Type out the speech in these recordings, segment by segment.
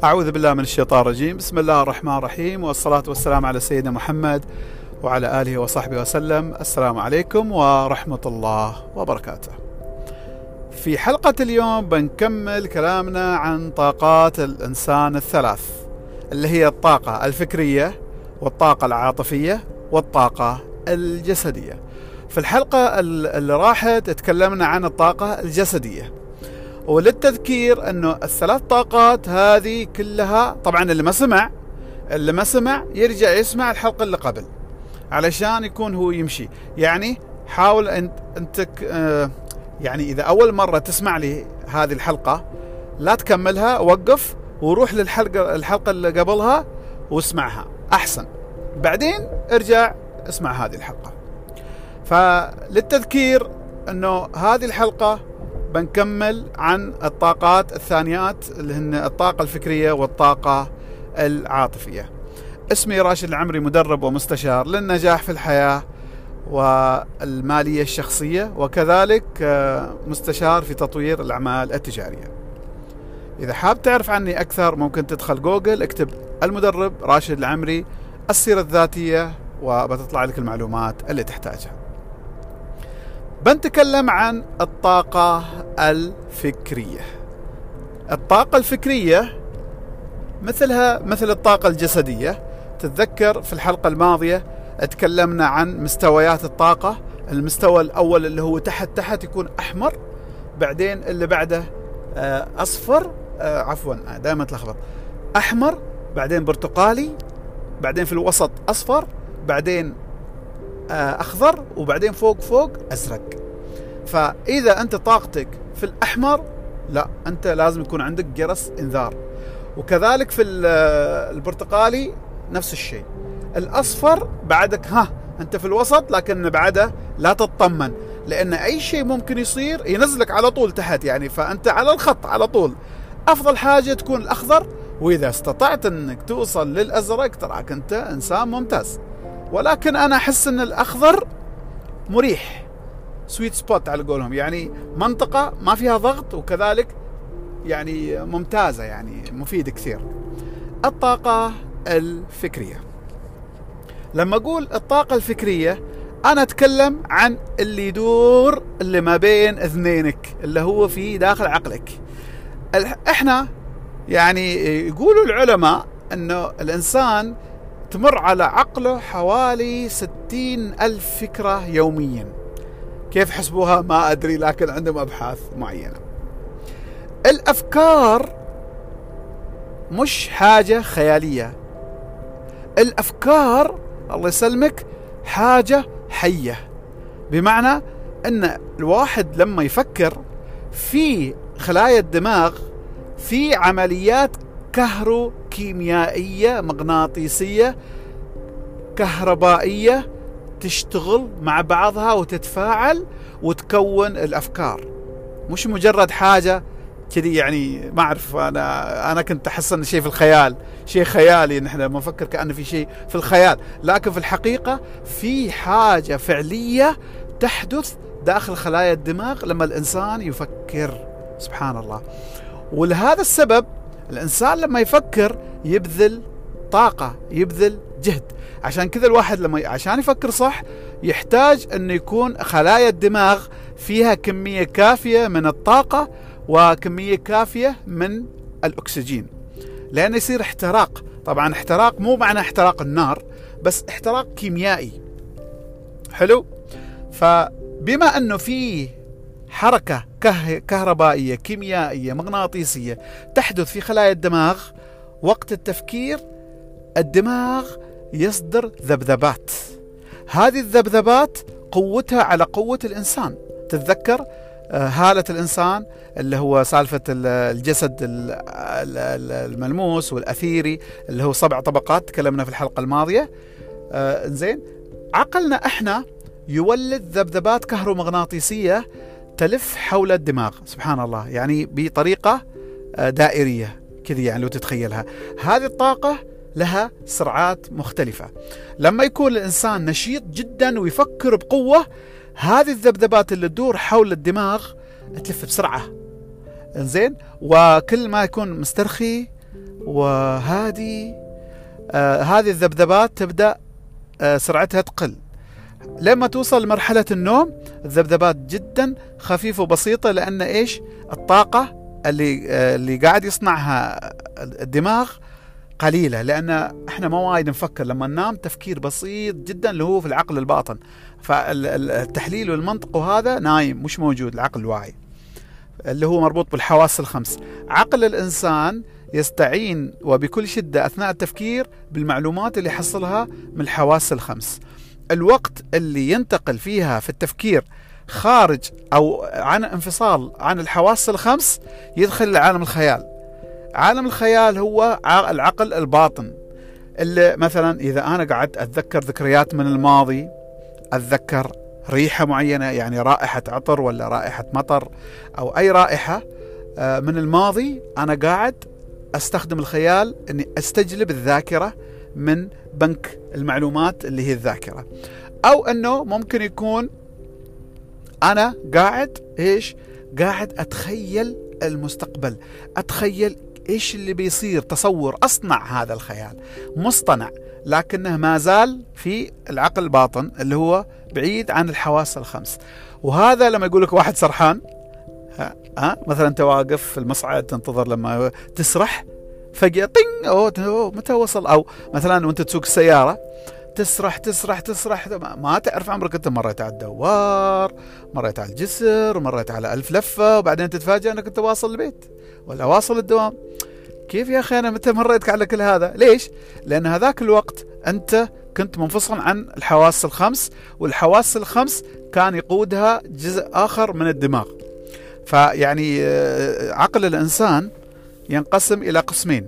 أعوذ بالله من الشيطان الرجيم. بسم الله الرحمن الرحيم، والصلاة والسلام على سيدنا محمد وعلى آله وصحبه وسلم. السلام عليكم ورحمة الله وبركاته. في حلقة اليوم بنكمل كلامنا عن طاقات الإنسان الثلاث، اللي هي الطاقة الفكرية والطاقة العاطفية والطاقة الجسدية. في الحلقة اللي راحت تكلمنا عن الطاقة الجسدية، وللتذكير انه الثلاث طاقات هذه كلها، طبعا اللي ما سمع يرجع يسمع الحلقة اللي قبل علشان يكون هو يمشي. يعني حاول انت يعني اذا اول مرة تسمع لي هذه الحلقة لا تكملها، وقف وروح الحلقة اللي قبلها واسمعها احسن، بعدين ارجع اسمع هذه الحلقة. فللتذكير انه هذه الحلقة بنكمل عن الطاقات الثانيات اللي هن الطاقة الفكرية والطاقة العاطفية. اسمي راشد العمري، مدرب ومستشار للنجاح في الحياة والمالية الشخصية، وكذلك مستشار في تطوير الأعمال التجارية. إذا حاب تعرف عني أكثر ممكن تدخل جوجل، اكتب المدرب راشد العمري السيرة الذاتية وبتطلع لك المعلومات اللي تحتاجها. بنتكلم عن الطاقة الفكرية. الطاقة الفكرية مثلها مثل الطاقة الجسدية. تتذكر في الحلقة الماضية اتكلمنا عن مستويات الطاقة. المستوى الأول اللي هو تحت يكون أحمر، بعدين اللي بعده أصفر، دائما تلخبط، أحمر، بعدين برتقالي، بعدين في الوسط أصفر، بعدين أخضر، وبعدين فوق أزرق. فإذا أنت طاقتك في الأحمر، لا، أنت لازم يكون عندك جرس إنذار. وكذلك في البرتقالي نفس الشيء. الأصفر بعدك أنت في الوسط، لكن بعده لا تطمن، لأن أي شيء ممكن يصير ينزلك على طول تحت، يعني فأنت على الخط على طول. أفضل حاجة تكون الأخضر، وإذا استطعت أنك توصل للأزرق تراك أنت إنسان ممتاز. ولكن أنا أحس أن الأخضر مريح، سويت سبوت على قولهم، يعني منطقة ما فيها ضغط، وكذلك يعني ممتازة، يعني مفيد كثير. الطاقة الفكرية، لما أقول الطاقة الفكرية أنا أتكلم عن اللي يدور اللي ما بين أذنينك، اللي هو في داخل عقلك. إحنا يعني يقولوا العلماء أنه الإنسان تمر على عقله حوالي 60,000 فكرة يوميا. كيف حسبوها ما أدري، لكن عندهم أبحاث معينة. الأفكار مش حاجة خيالية، الأفكار الله يسلمك حاجة حية. بمعنى أن الواحد لما يفكر في خلايا الدماغ في عمليات كهروكيميائية مغناطيسية كهربائية تشتغل مع بعضها وتتفاعل وتكون الأفكار، مش مجرد حاجة كذي. يعني ما أعرف، أنا كنت أحس أن شيء في الخيال، شيء خيالي، نحن لما نفكر كأنه في شيء في الخيال، لكن في الحقيقة في حاجة فعلية تحدث داخل خلايا الدماغ لما الإنسان يفكر. سبحان الله. ولهذا السبب الإنسان لما يفكر يبذل طاقة، يبذل جهد. عشان كذا الواحد عشان يفكر صح يحتاج أن يكون خلايا الدماغ فيها كمية كافية من الطاقة وكمية كافية من الأكسجين، لأن يصير احتراق. طبعا احتراق مو معنى احتراق النار، بس احتراق كيميائي. حلو. فبما أنه في حركة كهربائية كيميائية مغناطيسية تحدث في خلايا الدماغ وقت التفكير، الدماغ يصدر ذبذبات. هذه الذبذبات قوتها على قوة الإنسان. تتذكر هالة الإنسان اللي هو سالفة الجسد الملموس والأثيري اللي هو 7 طبقات، تكلمنا في الحلقة الماضية. زين، عقلنا احنا يولد ذبذبات كهرومغناطيسية تلف حول الدماغ. سبحان الله، يعني بطريقة دائرية كذا، يعني لو تتخيلها. هذه الطاقة لها سرعات مختلفة. لما يكون الإنسان نشيط جدا ويفكر بقوة، هذه الذبذبات اللي تدور حول الدماغ تلف بسرعة. زين، وكل ما يكون مسترخي وهذه هذه الذبذبات تبدأ سرعتها تقل لما توصل لمرحلة النوم. الذبذبات جدا خفيفة وبسيطة، لأن إيش؟ الطاقة اللي قاعد يصنعها الدماغ قليلة، لأن إحنا ما وايد نفكر لما ننام، تفكير بسيط جدا اللي هو في العقل الباطن، فالتحليل والمنطق وهذا نايم مش موجود. العقل الواعي اللي هو مربوط بالحواس الخمس. عقل الإنسان يستعين وبكل شدة أثناء التفكير بالمعلومات اللي يحصلها من الحواس الخمس. الوقت اللي ينتقل فيها في التفكير خارج أو عن انفصال عن الحواس الخمس يدخل لعالم الخيال. عالم الخيال هو العقل الباطن، اللي مثلا إذا أنا قعدت أتذكر ذكريات من الماضي، أتذكر ريحة معينة، يعني رائحة عطر ولا رائحة مطر أو أي رائحة من الماضي، أنا قاعد أستخدم الخيال أني أستجلب الذاكرة من بنك المعلومات اللي هي الذاكرة. أو أنه ممكن يكون أنا قاعد قاعد أتخيل المستقبل، أتخيل إيش اللي بيصير، تصور، أصنع هذا الخيال مصطنع، لكنه ما زال في العقل الباطن اللي هو بعيد عن الحواس الخمس. وهذا لما يقول لك واحد سرحان، مثلا أنت واقف في المصعد تنتظر لما تسرح، فجأة طين، أوه متى وصل؟ أو مثلا وأنت تسوق السيارة تسرح تسرح تسرح، ما تعرف عمرك أنت مريت على الدوار، مريت على الجسر، مريت على 1000 لفة، وبعدين تتفاجأ أنك أنت واصل البيت ولا واصل الدوام. كيف يا أخي أنا متى مريت على كل هذا؟ ليش؟ لأن هذاك الوقت أنت كنت منفصل عن الحواس الخمس، والحواس الخمس كان يقودها جزء آخر من الدماغ. فيعني عقل الإنسان ينقسم إلى قسمين.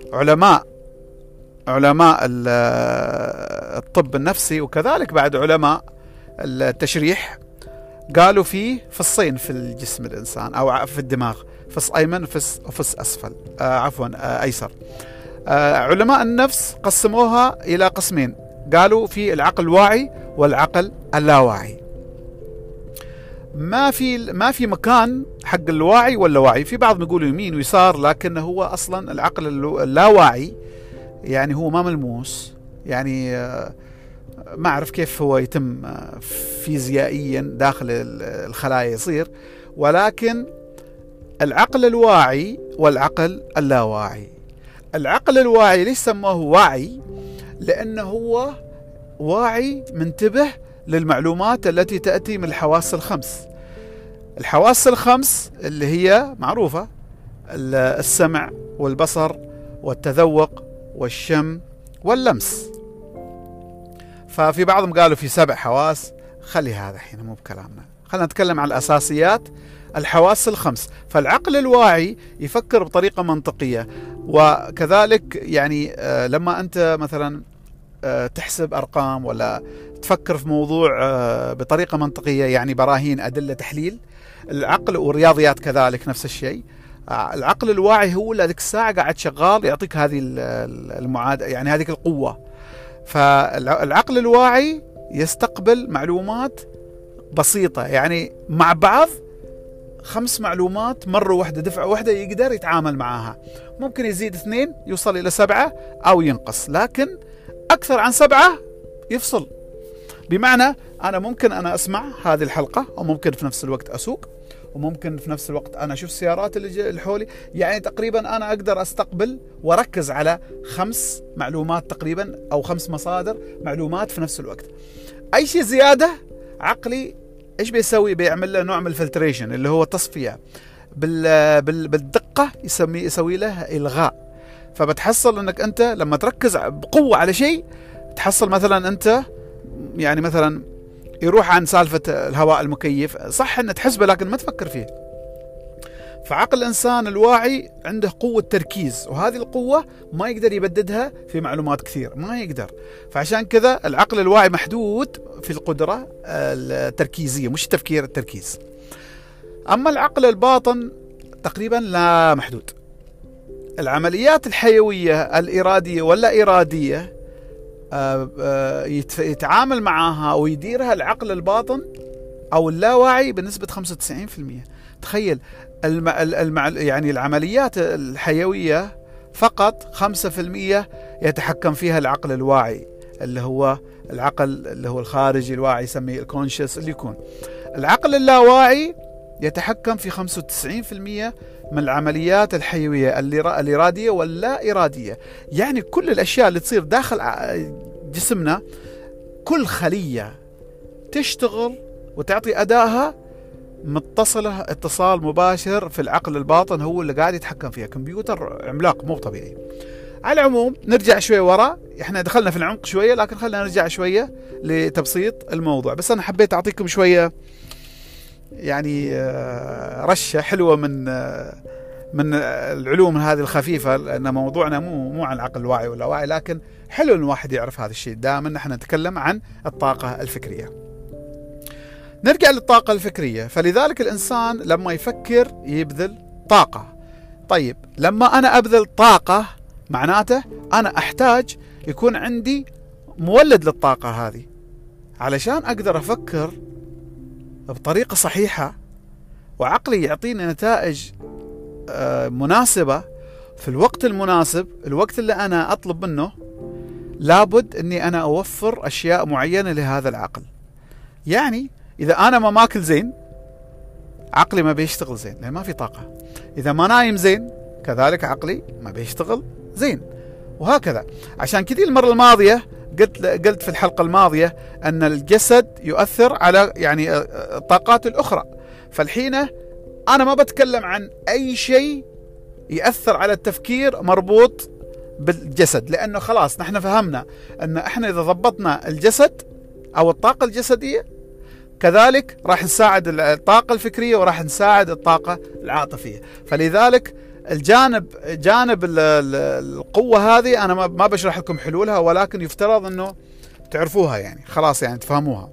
علماء الطب النفسي وكذلك بعد علماء التشريح قالوا فيه فصين في الجسم الإنسان أو في الدماغ، فص أيمن وفص أسفل، أيسر. علماء النفس قسموها إلى قسمين، قالوا في العقل الواعي والعقل اللاواعي. ما في مكان حق الواعي واللاواعي، في بعض يقولوا يمين ويسار، لكن هو أصلا العقل اللاواعي يعني هو ما ملموس، يعني ما أعرف كيف هو يتم فيزيائيا داخل الخلايا يصير، ولكن العقل الواعي والعقل اللاواعي. العقل الواعي ليش سموه واعي؟ لأنه هو واعي منتبه للمعلومات التي تأتي من الحواس الخمس. الحواس الخمس اللي هي معروفة، السمع والبصر والتذوق والشم واللمس. ففي بعضهم قالوا في 7 حواس، خلي هذا الحين مو بكلامنا، خلينا نتكلم عن الأساسيات. الحواس الخمس، فالعقل الواعي يفكر بطريقة منطقية، وكذلك يعني لما أنت مثلا تحسب أرقام ولا تفكر في موضوع بطريقة منطقية، يعني براهين، أدلة، تحليل، العقل والرياضيات كذلك نفس الشيء. العقل الواعي هو اللي هذيك الساعة قاعد شغال يعطيك هذه المعادلة، يعني هذيك القوة. فالعقل الواعي يستقبل معلومات بسيطة، يعني مع بعض 5 معلومات مرة واحدة، دفعة واحدة، يقدر يتعامل معها. ممكن يزيد 2 يوصل إلى 7 أو ينقص، لكن أكثر عن 7 يفصل. بمعنى أنا ممكن أنا أسمع هذه الحلقة، وممكن في نفس الوقت أسوق، وممكن في نفس الوقت أنا أشوف السيارات اللي حولي. يعني تقريبا أنا أقدر أستقبل وأركز على 5 معلومات تقريبا، أو 5 مصادر معلومات في نفس الوقت. أي شيء زيادة عقلي إيش بيسوي؟ بيعمل له نوع من الفلتريشن اللي هو تصفية بالدقة، يسوي له إلغاء. فبتحصل أنك أنت لما تركز بقوة على شيء، تحصل مثلا أنت يعني مثلا يروح عن سالفة الهواء المكيف، صح أن تحسبه لكن ما تفكر فيه. فعقل الإنسان الواعي عنده قوة تركيز، وهذه القوة ما يقدر يبددها في معلومات كثير، ما يقدر. فعشان كذا العقل الواعي محدود في القدرة التركيزية، مش التفكير، التركيز. أما العقل الباطن تقريبا لا محدود. العمليات الحيوية الإرادية ولا إرادية يتعامل معها ويديرها العقل الباطن أو اللاواعي بنسبة 95%. تخيل يعني العمليات الحيوية فقط 5% يتحكم فيها العقل الواعي، اللي هو العقل اللي هو الخارجي الواعي، يسميه الكونشس اللي يكون. العقل اللاواعي يتحكم في 95% من العمليات الحيوية الإرادية واللا إرادية. يعني كل الأشياء اللي تصير داخل جسمنا، كل خلية تشتغل وتعطي أدائها متصلة اتصال مباشر في العقل الباطن، هو اللي قاعد يتحكم فيها. كمبيوتر عملاق مو طبيعي. على العموم نرجع شوي ورا، احنا دخلنا في العمق شوية، لكن خلينا نرجع شوية لتبسيط الموضوع. بس أنا حبيت أعطيكم شوية يعني رشة حلوة من العلوم هذه الخفيفة، لأن موضوعنا مو عن العقل الواعي ولا واعي، لكن حلو إن الواحد يعرف هذا الشيء. دائما نحن نتكلم عن الطاقة الفكرية. نرجع للطاقة الفكرية. فلذلك الإنسان لما يفكر يبذل طاقة. طيب لما أنا أبذل طاقة معناته أنا أحتاج يكون عندي مولد للطاقة هذه، علشان أقدر أفكر بطريقة صحيحة وعقلي يعطيني نتائج مناسبة في الوقت المناسب، الوقت اللي أنا أطلب منه. لابد أني أنا أوفر أشياء معينة لهذا العقل. يعني إذا أنا ما ماكل زين، عقلي ما بيشتغل زين لأن ما في طاقة. إذا ما نايم زين، كذلك عقلي ما بيشتغل زين، وهكذا. عشان كذي المرة الماضية قلت في الحلقة الماضية أن الجسد يؤثر على يعني الطاقات الأخرى. فالحين أنا ما بتكلم عن أي شيء يأثر على التفكير مربوط بالجسد، لأنه خلاص نحن فهمنا أن إحنا إذا ضبطنا الجسد أو الطاقة الجسدية، كذلك راح نساعد الطاقة الفكرية وراح نساعد الطاقة العاطفية. فلذلك جانب القوة هذه أنا ما بشرح لكم حلولها، ولكن يفترض أنه تعرفوها، يعني خلاص يعني تفهموها.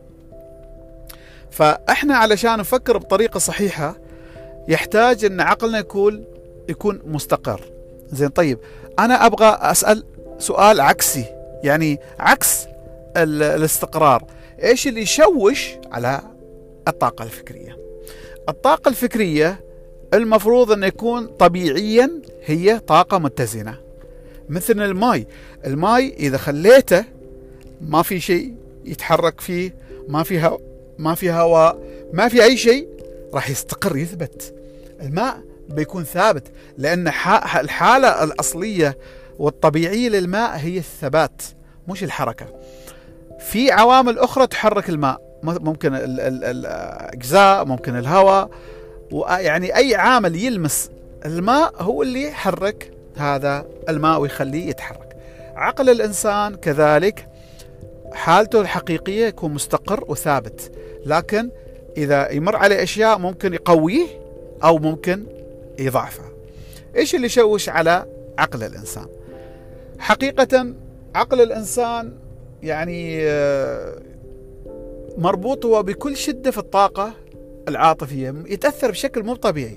فإحنا علشان نفكر بطريقة صحيحة يحتاج أن عقلنا يكون مستقر. زين، طيب أنا أبغى أسأل سؤال عكسي، يعني عكس الاستقرار. إيش اللي يشوش على الطاقة الفكرية؟ الطاقة الفكرية المفروض أن يكون طبيعيا هي طاقة متزنة، مثل الماء إذا خليته ما في شيء يتحرك فيه، ما في هواء، ما في أي شيء، راح يستقر يثبت. الماء بيكون ثابت، لأن الحالة الأصلية والطبيعية للماء هي الثبات مش الحركة. في عوامل أخرى تحرك الماء، ممكن الأجزاء، ممكن الهواء، يعني أي عامل يلمس الماء هو اللي يحرك هذا الماء ويخليه يتحرك. عقل الإنسان كذلك حالته الحقيقية يكون مستقر وثابت، لكن إذا يمر عليه أشياء ممكن يقويه أو ممكن يضعفه. إيش اللي يشوش على عقل الإنسان؟ حقيقة عقل الإنسان يعني مربوط هو بكل شدة في الطاقة العاطفية، يتأثر بشكل مو طبيعي.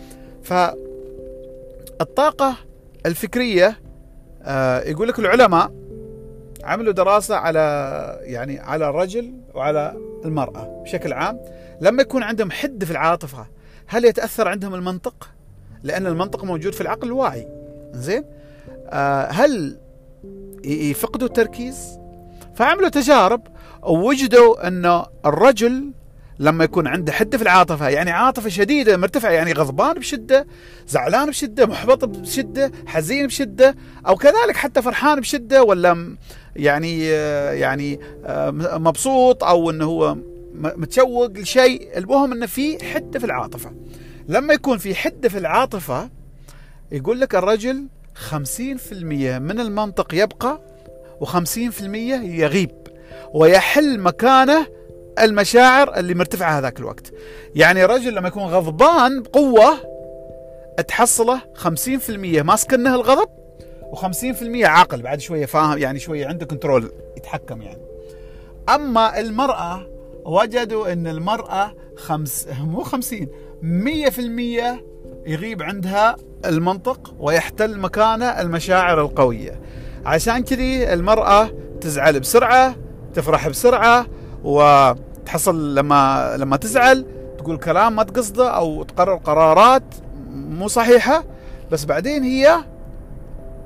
فالطاقة الفكرية يقول لك العلماء عملوا دراسة على الرجل وعلى المرأة بشكل عام، لما يكون عندهم حدة في العاطفة هل يتأثر عندهم المنطق؟ لأن المنطق موجود في العقل الواعي. زين، هل يفقدوا التركيز؟ فعملوا تجارب ووجدوا أنه الرجل لما يكون عنده حدة في العاطفة، يعني عاطفة شديدة مرتفعة، يعني غضبان بشدة، زعلان بشدة، محبط بشدة، حزين بشدة، أو كذلك حتى فرحان بشدة، ولا يعني مبسوط، أو أنه هو متشوق لشيء، المهم أنه في حدة في العاطفة. لما يكون في حدة في العاطفة يقول لك الرجل 50% من المنطق يبقى و50% يغيب، ويحل مكانه المشاعر اللي مرتفعة هذاك الوقت. يعني الرجل لما يكون غضبان بقوة تحصله 50% ماسكنه الغضب، و50% عاقل بعد شوية فاهم، يعني شوية عنده كنترول يتحكم يعني. أما المرأة وجدوا أن المرأة مو 50، 100% يغيب عندها المنطق ويحتل مكانه المشاعر القوية. عشان كذي المرأة تزعل بسرعة، تفرح بسرعة، وتحصل لما تزعل تقول كلام ما تقصده، أو تقرر قرارات مو صحيحة، بس بعدين هي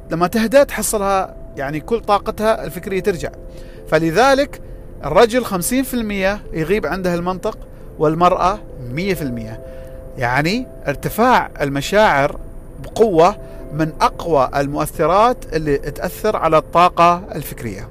لما تهدى تحصلها يعني كل طاقتها الفكرية ترجع. فلذلك الرجل 50% يغيب عنده المنطق، والمرأة 100%. يعني ارتفاع المشاعر بقوة من أقوى المؤثرات اللي تأثر على الطاقة الفكرية.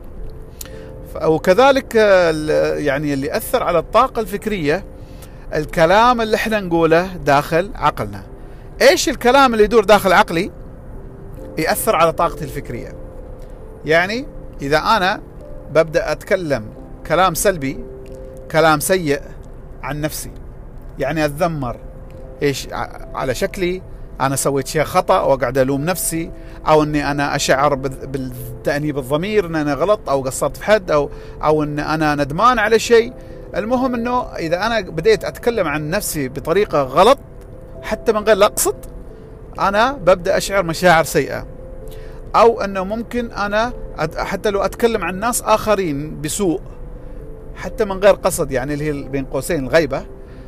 وكذلك يعني اللي يأثر على الطاقة الفكرية الكلام اللي احنا نقوله داخل عقلنا. ايش الكلام اللي يدور داخل عقلي؟ يأثر على طاقتي الفكرية. يعني إذا أنا ببدأ أتكلم كلام سلبي، كلام سيء عن نفسي، يعني أتذمر إيش على شكلي، أنا سويت شيء خطأ وقاعد ألوم نفسي، أو أني أنا أشعر بالتأنيب الضمير أن أنا غلط أو قصرت في حد، أو أن أنا ندمان على شيء. المهم أنه إذا أنا بديت أتكلم عن نفسي بطريقة غلط حتى من غير لا أقصد، أنا ببدأ أشعر مشاعر سيئة. أو أنه ممكن أنا حتى لو أتكلم عن ناس آخرين بسوء حتى من غير قصد، يعني اللي هي بين قوسين الغيبة،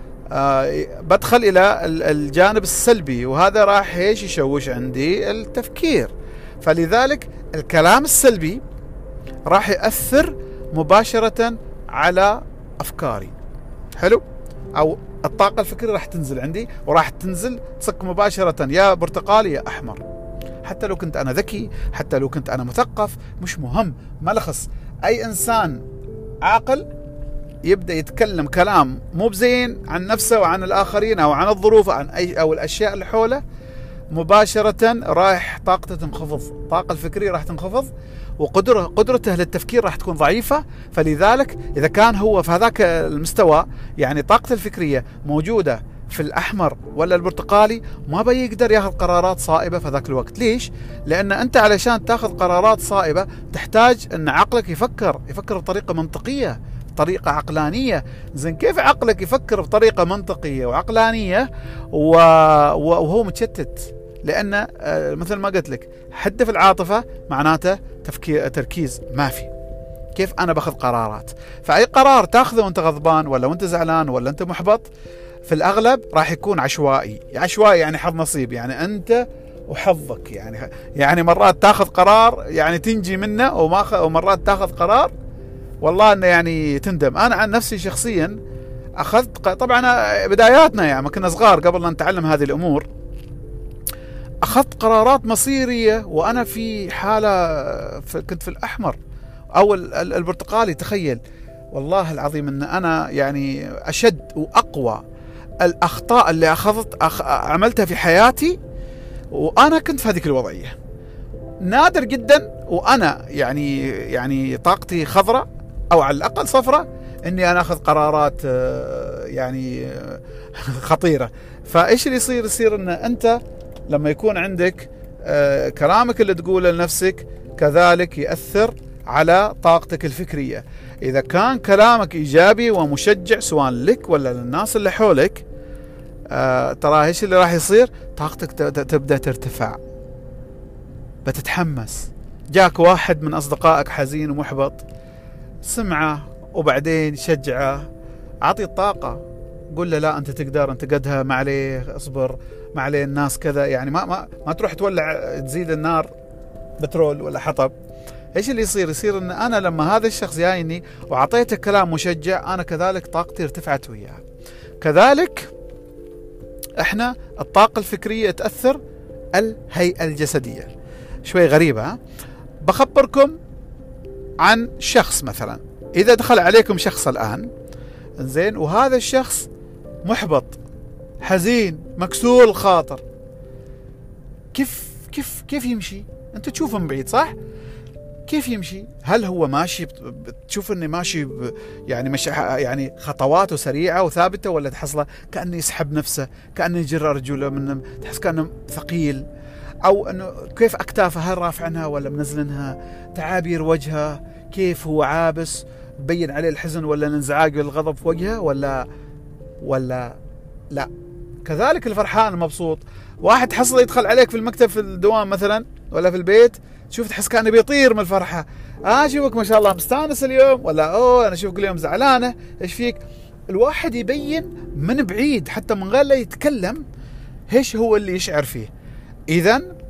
بدخل إلى الجانب السلبي، وهذا راح يشوش عندي التفكير. فلذلك الكلام السلبي راح يأثر مباشرة على أفكاري. حلو؟ أو الطاقة الفكرية راح تنزل عندي، وراح تنزل تصك مباشرة يا برتقالي يا أحمر. حتى لو كنت أنا ذكي، حتى لو كنت أنا مثقف، مش مهم. ملخص أي إنسان عاقل يبدأ يتكلم كلام مو بزين عن نفسه وعن الآخرين أو عن الظروف أو الأشياء اللي حوله، مباشرة رايح طاقته تنخفض، الطاقة الفكرية راح تنخفض، وقدرته للتفكير راح تكون ضعيفة. فلذلك إذا كان هو في هذاك المستوى، يعني طاقته الفكرية موجودة في الأحمر ولا البرتقالي، ما بيقدر ياخذ قرارات صائبة في ذاك الوقت. ليش؟ لأن أنت علشان تاخذ قرارات صائبة تحتاج أن عقلك يفكر بطريقة منطقية، بطريقة عقلانية. زين، كيف عقلك يفكر بطريقة منطقية وعقلانية وهو متشتت؟ لأن مثل ما قلت لك، حد في العاطفة معناته تركيز ما في. كيف أنا باخذ قرارات؟ فأي قرار تاخذه وأنت غضبان ولا وأنت زعلان ولا أنت محبط، في الأغلب راح يكون عشوائي. يعني حظ نصيب، يعني أنت وحظك. يعني مرات تاخذ قرار يعني تنجي منه، ومرات تاخذ قرار والله أنه يعني تندم. أنا عن نفسي شخصيا أخذت طبعا بداياتنا، يعني ما كنا صغار قبل أن نتعلم هذه الأمور، أخذت قرارات مصيرية وأنا في حالة كنت في الأحمر أو البرتقالي. تخيل والله العظيم أن أنا يعني أشد وأقوى الأخطاء اللي عملتها في حياتي وأنا كنت في هذه الوضعية. نادر جدا وأنا يعني طاقتي خضراء أو على الأقل صفراء إني أنا أخذ قرارات يعني خطيرة. فإيش اللي يصير إن أنت لما يكون عندك كلامك اللي تقوله لنفسك كذلك يأثر على طاقتك الفكرية. إذا كان كلامك إيجابي ومشجع سواء لك ولا للناس اللي حولك، ترى إيش اللي راح يصير؟ طاقتك تبدأ ترتفع، بتتحمس. جاك واحد من أصدقائك حزين ومحبط، سمعه وبعدين شجعه، أعطي الطاقة، قل له لا أنت تقدر، أنت قدها، ما عليه، اصبر، ما عليه الناس كذا. يعني ما تروح تولع تزيد النار بترول ولا حطب. ايش اللي يصير ان انا لما هذا الشخص جايني وعطيته كلام مشجع، انا كذلك طاقتي ارتفعت وياه. كذلك احنا الطاقة الفكرية تأثر الهيئة الجسدية. شوي غريبة، ها؟ بخبركم عن شخص مثلا، اذا دخل عليكم شخص الان زين وهذا الشخص محبط، حزين، مكسور الخاطر، كيف يمشي؟ انت تشوفه من بعيد، صح؟ كيف يمشي؟ هل هو ماشي تشوف انه ماشي يعني خطواته سريعه وثابته، ولا تحصله كانه يسحب نفسه، كانه يجر رجله منه، تحس كانه ثقيل، او انه كيف اكتافه، هل رافعنها ولا منزلنها، تعابير وجهه كيف هو عابس، بين عليه الحزن ولا الانزعاج والغضب في وجهه ولا لا. كذلك الفرحان المبسوط، واحد تحصله يدخل عليك في المكتب في الدوام مثلا ولا في البيت، شوف تحس كأنه بيطير من الفرحة، شوفك ما شاء الله مستانس اليوم، ولا أنا أشوفك اليوم زعلانة، إيش فيك؟ الواحد يبين من بعيد حتى من غير لا يتكلم إيش هو اللي يشعر فيه. إذن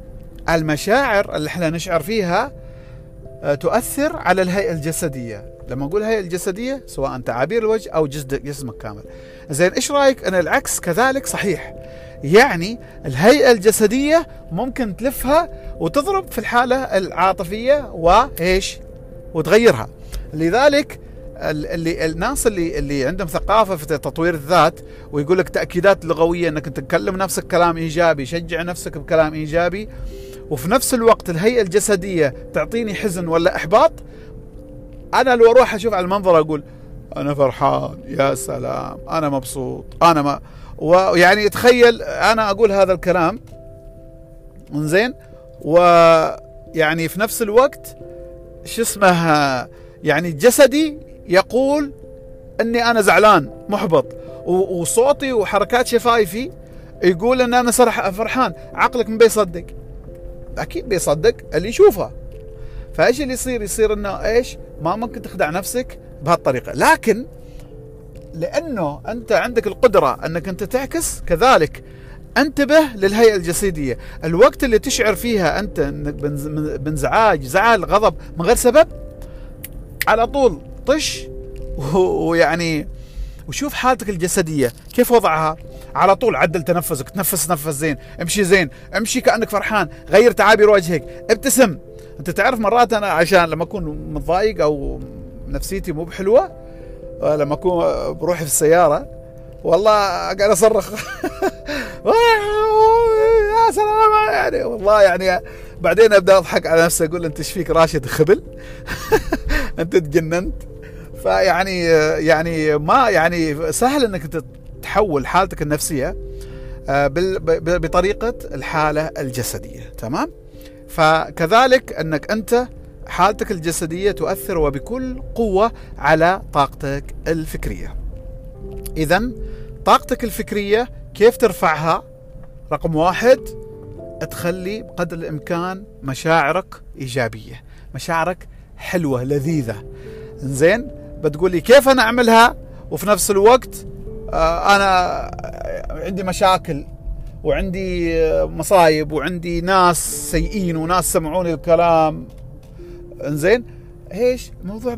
المشاعر اللي احنا نشعر فيها تؤثر على الهيئة الجسدية. لما نقول الهيئة الجسدية سواء تعابير الوجه أو جسمك كامل. زين، إيش رأيك أن العكس كذلك صحيح؟ يعني الهيئة الجسدية ممكن تلفها وتضرب في الحالة العاطفية وإيش وتغيرها. لذلك الناس اللي عندهم ثقافة في تطوير الذات ويقول لك تأكيدات لغوية أنك تكلم نفسك كلام إيجابي، شجع نفسك بكلام إيجابي، وفي نفس الوقت الهيئة الجسدية تعطيني حزن ولا إحباط، أنا لو أروح أشوف على المنظر أقول أنا فرحان، يا سلام، أنا مبسوط، أنا ما ويعني تخيل أنا أقول هذا الكلام زين، ويعني في نفس الوقت شو اسمه يعني جسدي يقول أني أنا زعلان محبط، وصوتي وحركات شفايفي يقول أن أنا فرحان. عقلك من بيصدق؟ أكيد بيصدق اللي يشوفه. فإيش اللي يصير إنه إيش ما ممكن تخدع نفسك بهالطريقة. لكن لأنه أنت عندك القدرة أنك أنت تعكس، كذلك انتبه للهيئة الجسدية. الوقت اللي تشعر فيها أنت بانزعاج، زعل، غضب من غير سبب، على طول طش ويعني وشوف حالتك الجسدية كيف وضعها. على طول عدل تنفسك، تنفس زين، امشي زين، امشي كأنك فرحان، غير تعابير وجهك، ابتسم. انت تعرف مرات انا عشان لما اكون متضايق او نفسيتي مو بحلوة، لما اكون بروحي في السيارة والله قاعد اصرخ يا سلام، يعني والله يعني بعدين ابدا اضحك على نفسي اقول انت ايش فيك راشد خبل انت تجننت. فيعني ما يعني سهل انك انت تحول حالتك النفسية بطريقة الحالة الجسدية. تمام؟ فكذلك انك انت حالتك الجسدية تؤثر وبكل قوة على طاقتك الفكرية. اذن طاقتك الفكرية كيف ترفعها؟ رقم 1، تخلي بقدر الامكان مشاعرك ايجابية، مشاعرك حلوة لذيذة. زين، بتقولي كيف انا اعملها وفي نفس الوقت انا عندي مشاكل وعندي مصايب وعندي ناس سيئين وناس سمعوني الكلام. انزين، ايش؟ موضوع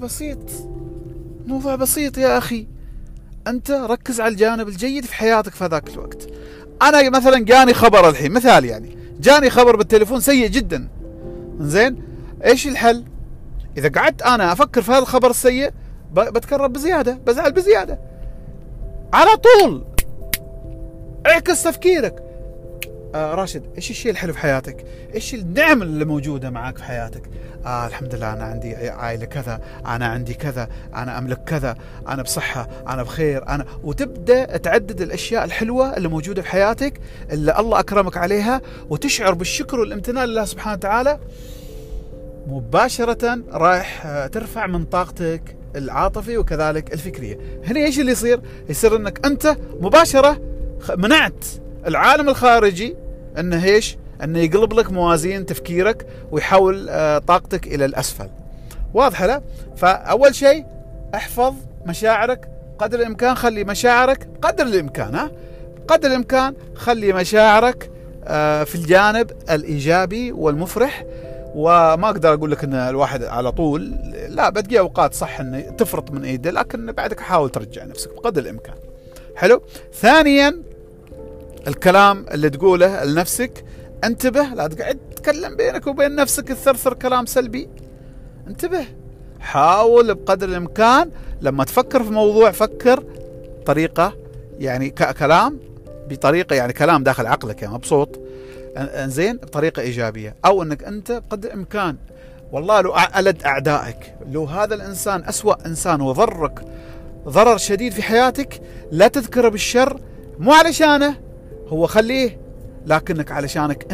بسيط يا اخي. انت ركز على الجانب الجيد في حياتك في هذاك الوقت. انا مثلا جاني خبر الحين، مثال يعني، جاني خبر بالتليفون سيء جدا. انزين، ايش الحل؟ اذا قعدت انا افكر في هذا الخبر السيء بتكرر بزيادة، بزعل بزيادة. على طول اعكس تفكيرك. راشد، ايش الشيء الحلو في حياتك؟ ايش النعم اللي موجودة معك في حياتك؟ الحمد لله، انا عندي عائلة كذا، انا عندي كذا، انا املك كذا، انا بصحة، انا بخير، وتبدأ تعدد الاشياء الحلوة اللي موجودة في حياتك اللي الله اكرمك عليها، وتشعر بالشكر والامتنان لله سبحانه وتعالى. مباشرة رايح ترفع من طاقتك العاطفي وكذلك الفكرية. هنا ايش اللي يصير انك انت مباشرة منعت العالم الخارجي انه يقلب لك موازين تفكيرك ويحول طاقتك الى الاسفل. واضحة لا؟ فاول شيء احفظ مشاعرك قدر الامكان، خلي مشاعرك قدر الامكان خلي مشاعرك في الجانب الايجابي والمفرح. وما اقدر اقول لك ان الواحد على طول، لا، بتجي اوقات صح ان تفرط من ايده، لكن بعدك حاول ترجع نفسك بقدر الامكان. حلو. ثانيا، الكلام اللي تقوله لنفسك انتبه، لا تقعد تتكلم بينك وبين نفسك تثرثر كلام سلبي. انتبه، حاول بقدر الامكان لما تفكر في موضوع فكر طريقة يعني كلام بطريقة يعني كلام داخل عقلك يعني مبسوط، زين، بطريقة إيجابية. أو أنك أنت بقدر الإمكان والله لو ألد أعدائك، لو هذا الإنسان أسوأ إنسان وضرك ضرر شديد في حياتك، لا تذكره بالشر، مو علشانه هو، خليه، لكنك علشانك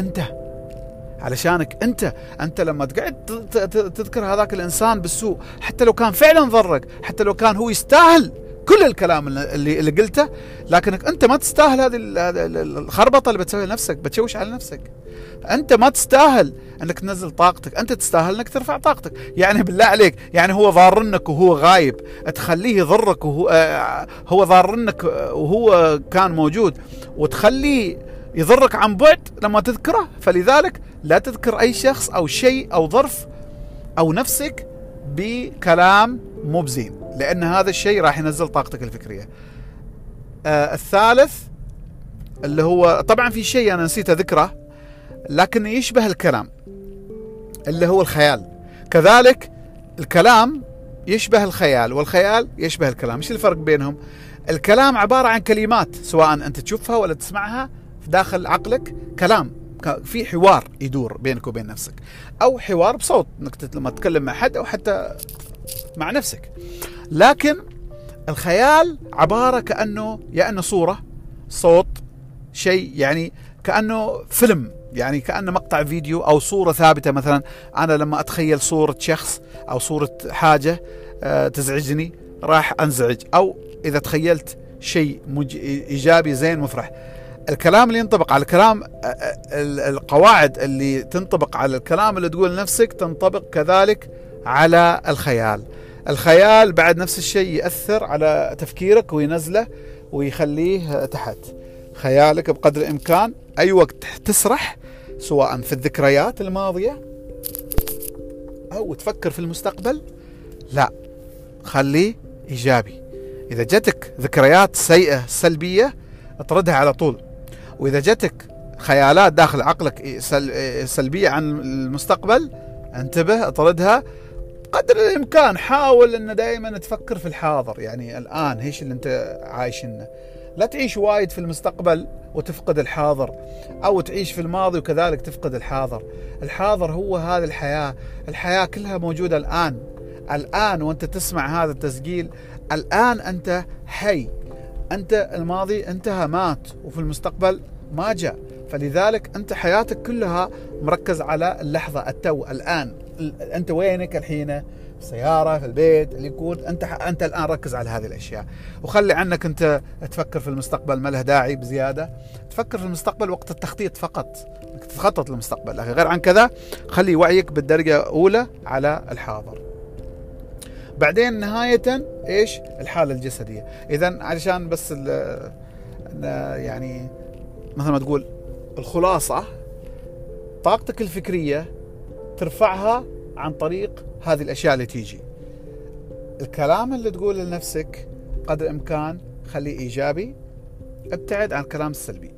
أنت لما تقعد تذكر هذاك الإنسان بالسوء، حتى لو كان فعلا ضرك، حتى لو كان هو يستاهل كل الكلام اللي قلته، لكنك انت ما تستاهل هذه الخربطه اللي بتسويها لنفسك، بتشوش على نفسك. انت ما تستاهل انك تنزل طاقتك، انت تستاهل انك ترفع طاقتك. يعني بالله عليك، يعني هو ضارنك وهو غايب تخليه يضرك، وهو هو ضارنك وهو كان موجود وتخليه يضرك عن بعد لما تذكره. فلذلك لا تذكر أي شخص أو شيء أو ظرف أو نفسك بكلام مو بزين، لأن هذا الشيء راح ينزل طاقتك الفكرية. الثالث اللي هو طبعا في شيء أنا نسيت أذكره لكن يشبه الكلام، اللي هو الخيال. كذلك الكلام يشبه الخيال والخيال يشبه الكلام. ايش الفرق بينهم؟ الكلام عبارة عن كلمات، سواء أنت تشوفها ولا تسمعها في داخل عقلك، كلام في حوار يدور بينك وبين نفسك، أو حوار بصوت انك لما تتكلم مع حد أو حتى مع نفسك. لكن الخيال عبارة كأنه يا أنه صورة، صوت، شيء، يعني كأنه فيلم، يعني كأنه مقطع فيديو أو صورة ثابتة. مثلا أنا لما أتخيل صورة شخص أو صورة حاجة تزعجني راح أنزعج، أو إذا تخيلت شيء إيجابي زين مفرح. الكلام اللي ينطبق على الكلام، القواعد اللي تنطبق على الكلام اللي تقول لنفسك تنطبق كذلك على الخيال. الخيال بعد نفس الشيء يأثر على تفكيرك وينزله ويخليه تحت. خيالك بقدر الإمكان أي وقت تسرح، سواء في الذكريات الماضية أو تفكر في المستقبل، لا، خليه إيجابي. إذا جتك ذكريات سيئة سلبية اطردها على طول، وإذا جتك خيالات داخل عقلك سلبية عن المستقبل انتبه، اطردها قدر الإمكان. حاول أن دائما تفكر في الحاضر، يعني الآن ايش اللي انت عايشنه. لا تعيش وايد في المستقبل وتفقد الحاضر، أو تعيش في الماضي وكذلك تفقد الحاضر. الحاضر هو هذه الحياة، الحياة كلها موجودة الآن. الآن وأنت تسمع هذا التسجيل، الآن أنت حي. أنت الماضي انتهى، مات، وفي المستقبل ما جاء. فلذلك أنت حياتك كلها مركز على اللحظة، التو، الآن. أنت وينك الحين؟ في السيارة، في البيت، اللي يكون أنت الآن ركز على هذه الأشياء، وخلي عنك أنت تفكر في المستقبل، ما له داعي بزيادة. تفكر في المستقبل وقت التخطيط فقط، انك تخطط للمستقبل، غير عن كذا خلي وعيك بالدرجة الأولى على الحاضر. بعدين نهاية إيش؟ الحالة الجسدية. إذن علشان بس يعني مثل ما تقول الخلاصة، طاقتك الفكرية ترفعها عن طريق هذه الأشياء اللي تيجي. الكلام اللي تقول لنفسك قدر الإمكان خليه إيجابي، ابتعد عن الكلام السلبي.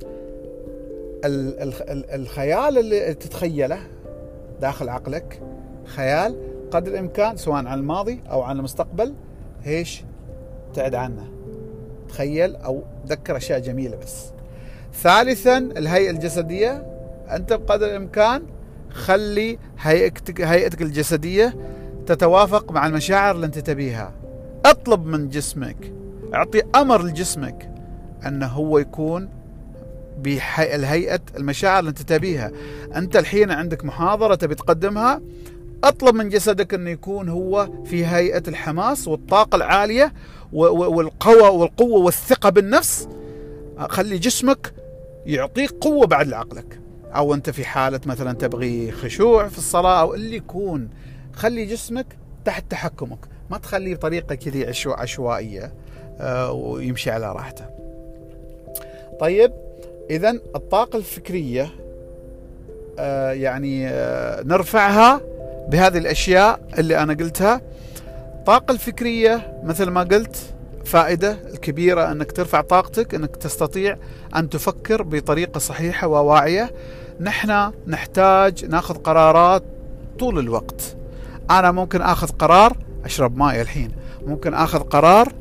الخيال اللي تتخيله داخل عقلك، خيال قدر الإمكان سواء عن الماضي أو عن المستقبل، ايش؟ ابتعد عنه. تخيل أو تذكر أشياء جميلة بس. ثالثا الهيئة الجسدية، أنت بقدر الإمكان خلي هيئتك الجسدية تتوافق مع المشاعر اللي أنت تبيها. اطلب من جسمك، اعطي أمر لجسمك أنه هو يكون بهيئة المشاعر اللي أنت تبيها. أنت الحين عندك محاضرة تبي تقدمها، اطلب من جسدك أنه يكون هو في هيئة الحماس والطاقة العالية والقوة والثقة بالنفس. خلي جسمك يعطيك قوة بعد لعقلك. أو أنت في حالة مثلا تبغي خشوع في الصلاة أو اللي يكون، خلي جسمك تحت تحكمك، ما تخليه بطريقة كذي عشوائية ويمشي على راحته. طيب، إذن الطاقة الفكرية يعني نرفعها بهذه الأشياء اللي أنا قلتها. الطاقة الفكرية مثل ما قلت فائدة الكبيرة أنك ترفع طاقتك، أنك تستطيع أن تفكر بطريقة صحيحة وواعية. نحن نحتاج ناخذ قرارات طول الوقت. أنا ممكن أخذ قرار أشرب ماء الحين، ممكن أخذ قرار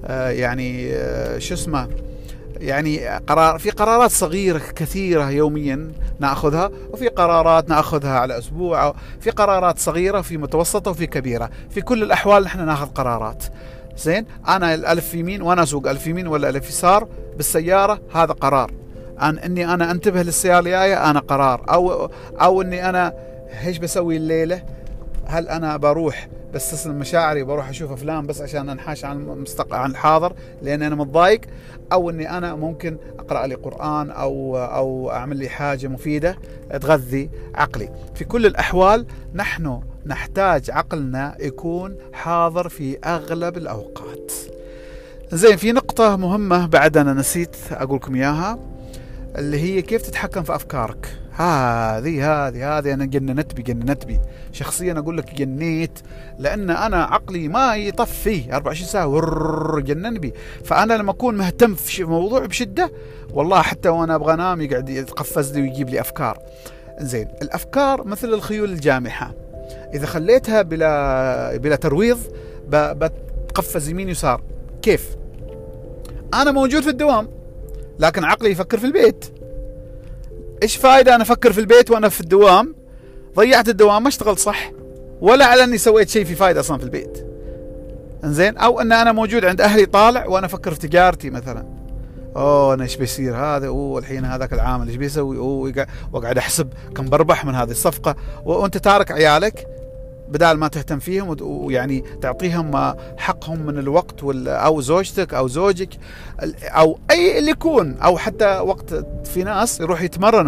يعني في قرارات صغيرة كثيرة يوميا نأخذها، وفي قرارات نأخذها على أسبوع، في قرارات صغيرة، في متوسطة، وفي كبيرة. في كل الأحوال نحن نأخذ قرارات. زين، أنا الألف يمين وأنا أسوق ألف يمين ولا ألف يسار بالسيارة، هذا قرار. إني أنا أنتبه للسيارة الجاية، أنا قرار. أو إني أنا إيش بسوي الليلة؟ هل أنا بروح بستسلم مشاعري وبروح أشوف أفلام بس عشان أنحاش عن الحاضر لأن أنا متضايق؟ أو إني أنا ممكن أقرأ لي قرآن أو أعمل لي حاجة مفيدة تغذي عقلي. في كل الأحوال نحن نحتاج عقلنا يكون حاضر في أغلب الأوقات. زين، في نقطة مهمة بعد أنا نسيت أقولكم إياها، اللي هي كيف تتحكم في أفكارك. هذه أنا جننت بي شخصيا، أقول لك جنيت، لأن أنا عقلي ما يطفي 24 ساعة جنن بي. فأنا لما أكون مهتم في موضوع بشدة، والله حتى وأنا أبغى أنام يقعد يتقفز لي ويجيب لي أفكار. زين، الأفكار مثل الخيول الجامحة، إذا خليتها بلا ترويض بتقفز يمين يسار. كيف؟ أنا موجود في الدوام لكن عقلي يفكر في البيت. إيش فايدة أنا أفكر في البيت وأنا في الدوام؟ ضيعت الدوام، ما اشتغلت صح، ولا على أني سويت شيء في فايدة أصلا في البيت. إنزين، أو أن أنا موجود عند أهلي طالع وأنا أفكر في تجارتي مثلا. أنا إيش بيصير هذا؟ الحين هذاك العامل إيش بيسوي؟ وقاعد أحسب كم بربح من هذه الصفقة، وأنت تارك عيالك بدال ما تهتم فيهم ويعني تعطيهم حقهم من الوقت، أو زوجتك أو زوجك أو أي اللي يكون، أو حتى وقت في ناس يروح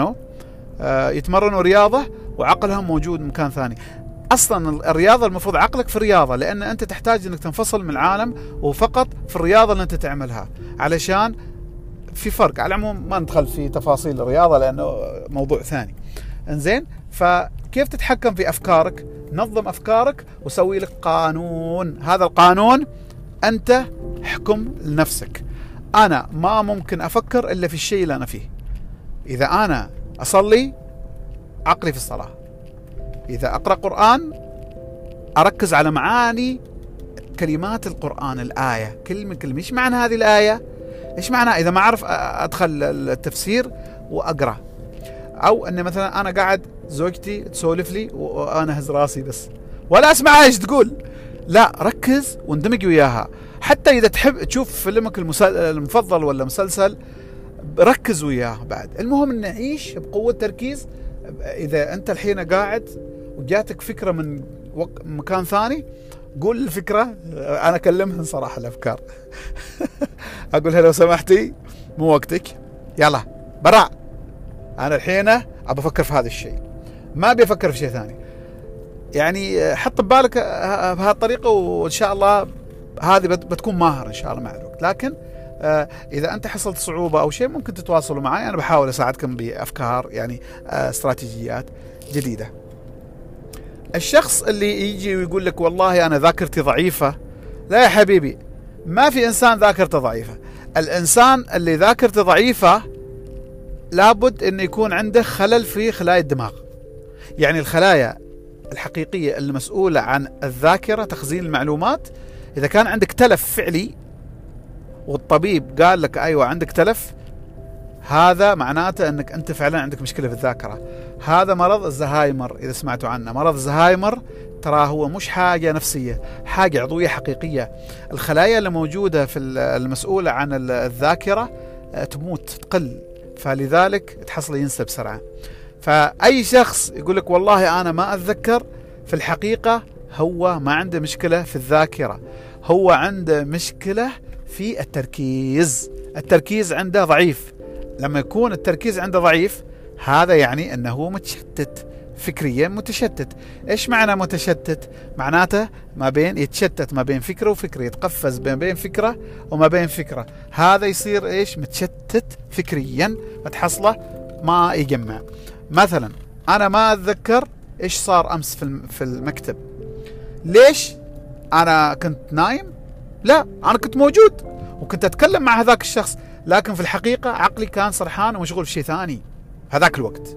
يتمرنوا رياضة وعقلهم موجود مكان ثاني. أصلا الرياضة المفروض عقلك في الرياضة، لأن أنت تحتاج أنك تنفصل من العالم وفقط في الرياضة اللي أنت تعملها، علشان في فرق. على العموم ما ندخل في تفاصيل الرياضة لأنه موضوع ثاني. إنزين، فكيف تتحكم في أفكارك؟ نظم أفكارك وسوي لك قانون. هذا القانون أنت حكم لنفسك. أنا ما ممكن أفكر إلا في الشيء اللي أنا فيه. إذا أنا أصلي عقلي في الصلاة، إذا أقرأ قرآن أركز على معاني كلمات القرآن، الآية كلمة كلمة، إيش معنى هذه الآية؟ إيش معنى؟ إذا ما أعرف أدخل التفسير وأقرأ. أو أن مثلا أنا قاعد زوجتي تسولف لي وأنا هز راسي بس ولا أسمع إيش تقول، لا، ركز واندمج وياها. حتى إذا تحب تشوف فيلمك المفضل ولا مسلسل، ركز وياه بعد. المهم أن نعيش بقوة تركيز. إذا أنت الحين قاعد وجاتك فكرة من مكان ثاني، قول الفكرة. أنا أكلمهن صراحة الأفكار أقولها لو سمحتي مو وقتك، يلا برا، أنا الحين أبى أفكر في هذا الشيء، ما أبي أفكر في شيء ثاني. يعني حط ببالك بهذه الطريقة، وإن شاء الله هذه بتكون ماهر إن شاء الله مع الوقت. لكن إذا أنت حصلت صعوبة أو شيء ممكن تتواصلوا معي، أنا بحاول أساعدكم بأفكار يعني استراتيجيات جديدة. الشخص اللي يجي ويقول لك والله أنا ذاكرتي ضعيفة، لا يا حبيبي، ما في إنسان ذاكرته ضعيفة. الإنسان اللي ذاكرته ضعيفة لابد أن يكون عنده خلل في خلايا الدماغ. يعني الخلايا الحقيقية المسؤولة عن الذاكرة، تخزين المعلومات، إذا كان عندك تلف فعلي والطبيب قال لك أيوة عندك تلف، هذا معناته أنك أنت فعلا عندك مشكلة في الذاكرة. هذا مرض الزهايمر، إذا سمعتوا عنه. مرض الزهايمر ترى هو مش حاجة نفسية، حاجة عضوية حقيقية. الخلايا اللي موجودة في المسؤولة عن الذاكرة تموت، تقل، فلذلك تحصل ينسى بسرعة. فأي شخص يقول لك والله أنا ما أتذكر، في الحقيقة هو ما عنده مشكلة في الذاكرة، هو عنده مشكلة في التركيز. التركيز عنده ضعيف. لما يكون التركيز عنده ضعيف، هذا يعني أنه متشتت فكريا، متشتت. إيش معنى متشتت؟ معناته يتشتت ما بين فكرة وفكرة، يتقفز ما بين فكرة وما بين فكرة. هذا يصير إيش؟ متشتت فكريا، فتحصله ما يجمع. مثلا أنا ما أتذكر إيش صار أمس في المكتب. ليش؟ أنا كنت نايم؟ لا، أنا كنت موجود وكنت أتكلم مع هذاك الشخص، لكن في الحقيقة عقلي كان سرحان ومشغول في شيء ثاني هذاك الوقت.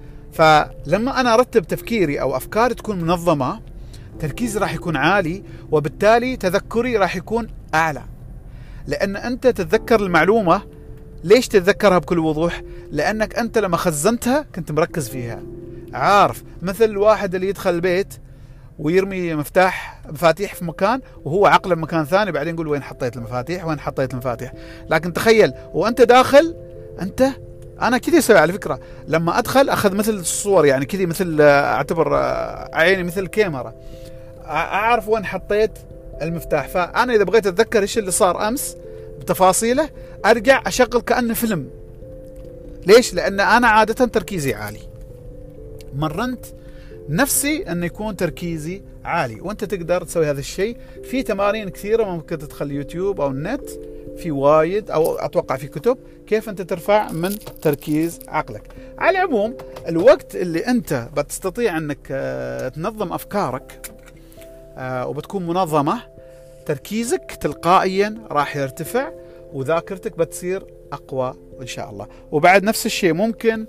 فلما أنا أرتب تفكيري أو أفكاري تكون منظمة، تركيزي راح يكون عالي، وبالتالي تذكري راح يكون أعلى. لأن أنت تتذكر المعلومة. ليش تتذكرها بكل وضوح؟ لأنك أنت لما خزنتها كنت مركز فيها، عارف. مثل الواحد اللي يدخل البيت ويرمي مفاتيح في مكان وهو عقله بمكان ثاني، بعدين يقول وين حطيت المفاتيح، وين حطيت المفاتيح. لكن تخيل وأنت داخل، أنا كذا أسوي على فكرة. لما أدخل أخذ مثل الصور، يعني كذا، مثل أعتبر عيني مثل كاميرا، أعرف وين حطيت المفتاح. فأنا إذا بغيت أتذكر إيش اللي صار أمس بتفاصيله، أرجع أشغل كأنه فيلم. ليش؟ لأن أنا عادة تركيزي عالي، مرنت نفسي أن يكون تركيزي عالي. وأنت تقدر تسوي هذا الشيء في تمارين كثيرة، ممكن تدخل يوتيوب أو النت، في وايد، أو أتوقع في كتب كيف أنت ترفع من تركيز عقلك. على العموم الوقت اللي أنت بتستطيع أنك تنظم أفكارك وبتكون منظمة، تركيزك تلقائيا راح يرتفع وذاكرتك بتصير أقوى إن شاء الله. وبعد نفس الشيء ممكن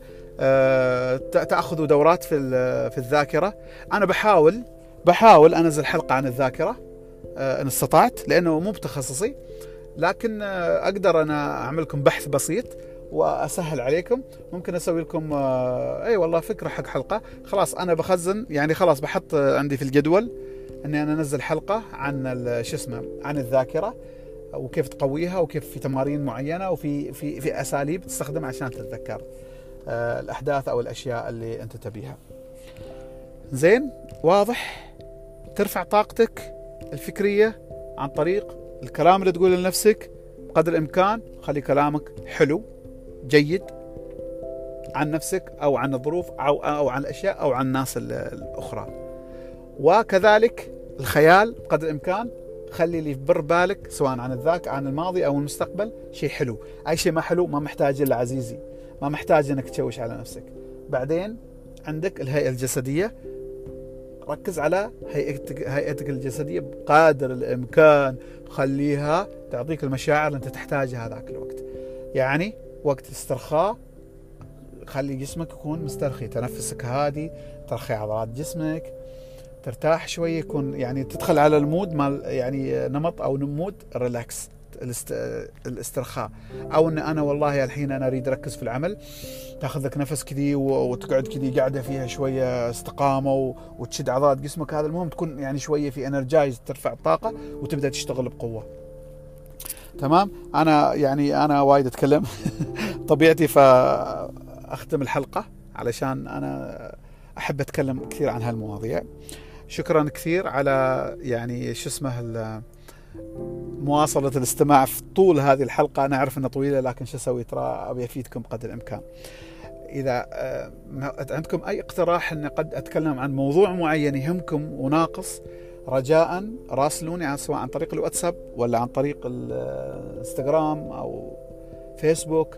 تأخذوا دورات في الذاكرة. أنا بحاول أنزل حلقة عن الذاكرة إن استطعت، لأنه مو بتخصصي، لكن أقدر أنا أعمل لكم بحث بسيط وأسهل عليكم. ممكن أسوي لكم أي والله فكرة حق حلقة. خلاص أنا بخزن، يعني خلاص بحط عندي في الجدول أني أنا أنزل حلقة عن عن الذاكرة وكيف تقويها، وكيف في تمارين معينة وفي أساليب تستخدمها عشان تتذكر الأحداث أو الأشياء اللي أنت تبيها. زين، واضح؟ ترفع طاقتك الفكرية عن طريق الكلام اللي تقوله لنفسك. قدر الإمكان خلي كلامك حلو جيد عن نفسك أو عن الظروف أو عن الأشياء أو عن الناس الأخرى. وكذلك الخيال قدر الإمكان خلي اللي يبر بالك سواء عن الماضي أو المستقبل شيء حلو. أي شيء ما حلو ما محتاج إلا عزيزي، ما محتاج أنك تشوش على نفسك. بعدين عندك الهيئة الجسدية، ركز على هيئتك الجسدية بقدر الإمكان، خليها تعطيك المشاعر اللي أنت تحتاجها هذاك الوقت. يعني وقت استرخاء خلي جسمك يكون مسترخي، تنفسك هادي، ترخي عضلات جسمك، ترتاح شوي، يكون يعني تدخل على المود مال يعني نمط أو مود ريلاكس، الاسترخاء. أو أن أنا والله الحين أنا أريد أركز في العمل، تاخذ لك نفس كذي وتقعد كذي قاعدة فيها شوية استقامة وتشد عضلات جسمك. هذا المهم تكون يعني شوية في انرجايز، ترفع الطاقة وتبدأ تشتغل بقوة. تمام. أنا وايد أتكلم طبيعتي، فأختم الحلقة علشان أنا أحب أتكلم كثير عن هالمواضيع. شكرا كثير على يعني مواصلة الاستماع في طول هذه الحلقة. أنا أعرف أنها طويلة، لكن شو أسوي، ترى أبي أفيدكم قدر الإمكان. إذا عندكم أي اقتراح أن قد أتكلم عن موضوع معين يهمكم وناقص، رجاء راسلوني سواء عن طريق الواتساب ولا عن طريق الانستغرام أو فيسبوك.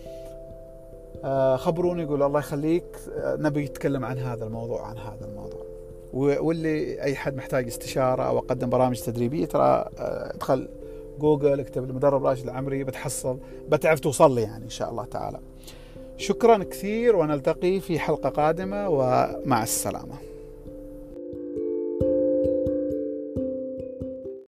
خبروني، يقول الله يخليك نبي نتكلم عن هذا الموضوع. واللي أي حد محتاج استشارة أو أقدم برامج تدريبية، ترى ادخل جوجل، اكتب المدرب راشد العمري، بتعرف توصل لي يعني إن شاء الله تعالى. شكرا كثير، ونلتقي في حلقة قادمة، ومع السلامة.